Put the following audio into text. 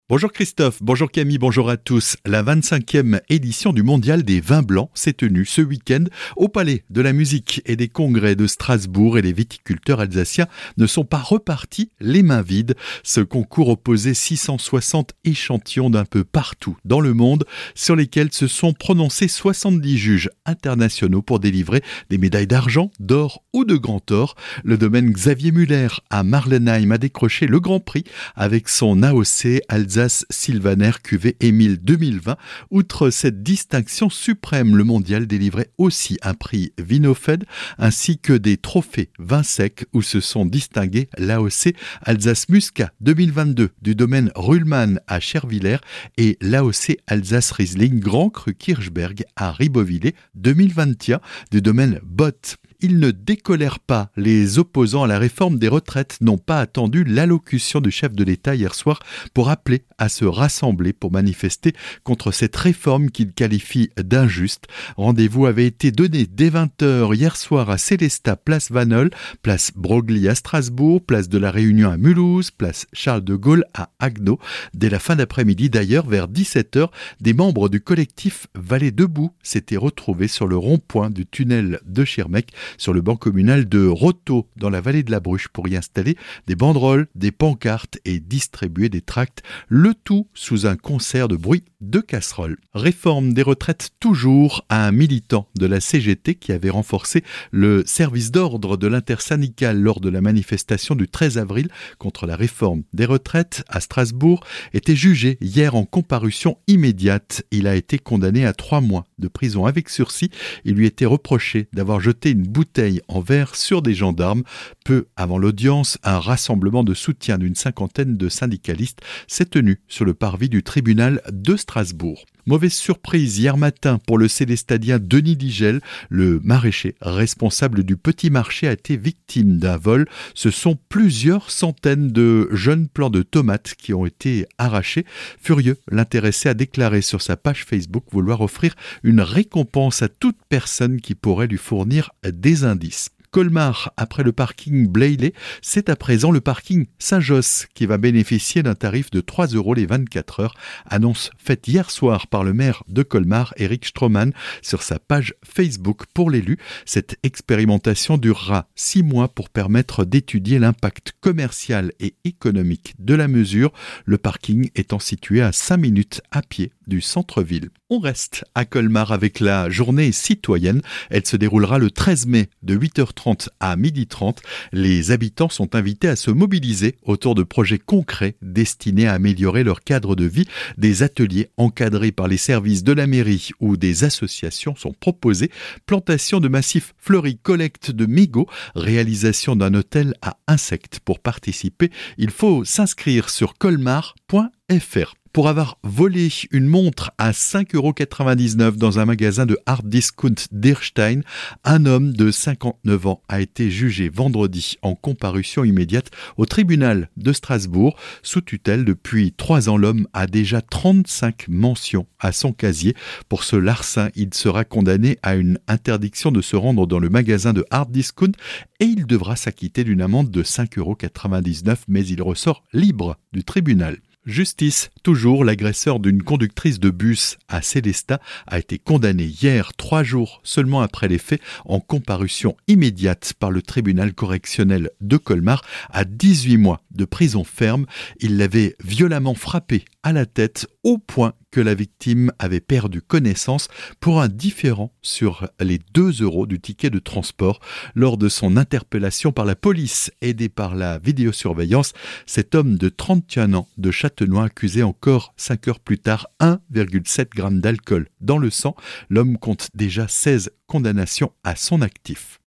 Bonjour Christophe, bonjour Camille, bonjour à tous. La 25e édition du Mondial des vins blancs s'est tenue ce week-end au Palais de la Musique et des Congrès de Strasbourg, et les viticulteurs alsaciens ne sont pas repartis les mains vides. Ce concours opposait 660 échantillons d'un peu partout dans le monde, sur lesquels se sont prononcés 70 juges internationaux pour délivrer des médailles d'argent, d'or ou de grand or. Le domaine Xavier Muller à Marlenheim a décroché le Grand Prix avec son AOC Alsace Sylvaner cuvée Émile 2020. Outre cette distinction suprême, le mondial délivrait aussi un prix Vinofed ainsi que des trophées vins secs où se sont distingués l'AOC Alsace Muscat 2022 du domaine Ruhlmann à Chervillers et l'AOC Alsace Riesling Grand Cru Kirchberg à Ribeauvillé 2021 du domaine Bott. Ils ne décolèrent pas. Les opposants à la réforme des retraites n'ont pas attendu l'allocution du chef de l'État hier soir pour appeler à se rassembler pour manifester contre cette réforme qu'ils qualifient d'injuste. Rendez-vous avait été donné dès 20h hier soir à Célestat, place Vanol, place Broglie à Strasbourg, place de la Réunion à Mulhouse, place Charles de Gaulle à Haguenau. Dès la fin d'après-midi d'ailleurs, vers 17h, des membres du collectif Vallée Debout s'étaient retrouvés sur le rond-point du tunnel de Schirmeck, sur le banc communal de Rothau, dans la vallée de la Bruche, pour y installer des banderoles, des pancartes et distribuer des tracts, le tout sous un concert de bruit de casseroles. Réforme des retraites toujours, à un militant de la CGT qui avait renforcé le service d'ordre de l'intersyndicale lors de la manifestation du 13 avril contre la réforme des retraites à Strasbourg, était jugé hier en comparution immédiate. Il a été condamné à 3 mois de prison avec sursis. Il lui était reproché d'avoir jeté une bouteille en verre sur des gendarmes. Peu avant l'audience, un rassemblement de soutien d'une 50aine de syndicalistes s'est tenu sur le parvis du tribunal de Strasbourg. Mauvaise surprise hier matin pour le célestadien Denis Digel. Le maraîcher responsable du petit marché a été victime d'un vol. Ce sont plusieurs centaines de jeunes plants de tomates qui ont été arrachés. Furieux, l'intéressé a déclaré sur sa page Facebook vouloir offrir une récompense à toute personne qui pourrait lui fournir des indices. Colmar, après le parking Blayley, c'est à présent le parking Saint-Josse qui va bénéficier d'un tarif de 3 € les 24 heures. Annonce faite hier soir par le maire de Colmar, Eric Stroman, sur sa page Facebook pour l'élu. Cette expérimentation durera 6 mois pour permettre d'étudier l'impact commercial et économique de la mesure, le parking étant situé à 5 minutes à pied du centre-ville. On reste à Colmar avec la journée citoyenne. Elle se déroulera le 13 mai de 8h30 à 12h30. Les habitants sont invités à se mobiliser autour de projets concrets destinés à améliorer leur cadre de vie. Des ateliers encadrés par les services de la mairie ou des associations sont proposés. Plantation de massifs fleuris, collecte de mégots, réalisation d'un hôtel à insectes. Pour participer, il faut s'inscrire sur colmar.fr. Pour avoir volé une montre à 5,99 € dans un magasin de hard discount d'Irstein, un homme de 59 ans a été jugé vendredi en comparution immédiate au tribunal de Strasbourg. Sous tutelle depuis 3 ans, l'homme a déjà 35 mentions à son casier. Pour ce larcin, il sera condamné à une interdiction de se rendre dans le magasin de hard discount et il devra s'acquitter d'une amende de 5,99 €, mais il ressort libre du tribunal. Justice, toujours, l'agresseur d'une conductrice de bus à Célestat a été condamné hier, 3 jours seulement après les faits, en comparution immédiate par le tribunal correctionnel de Colmar à 18 mois de prison ferme. Il l'avait violemment frappé à la tête au point que la victime avait perdu connaissance pour un différend sur les 2 € du ticket de transport. Lors de son interpellation par la police, aidé par la vidéosurveillance, cet homme de 31 ans de Châtenois accusait encore 5 heures plus tard 1,7 g d'alcool dans le sang. L'homme compte déjà 16 condamnations à son actif.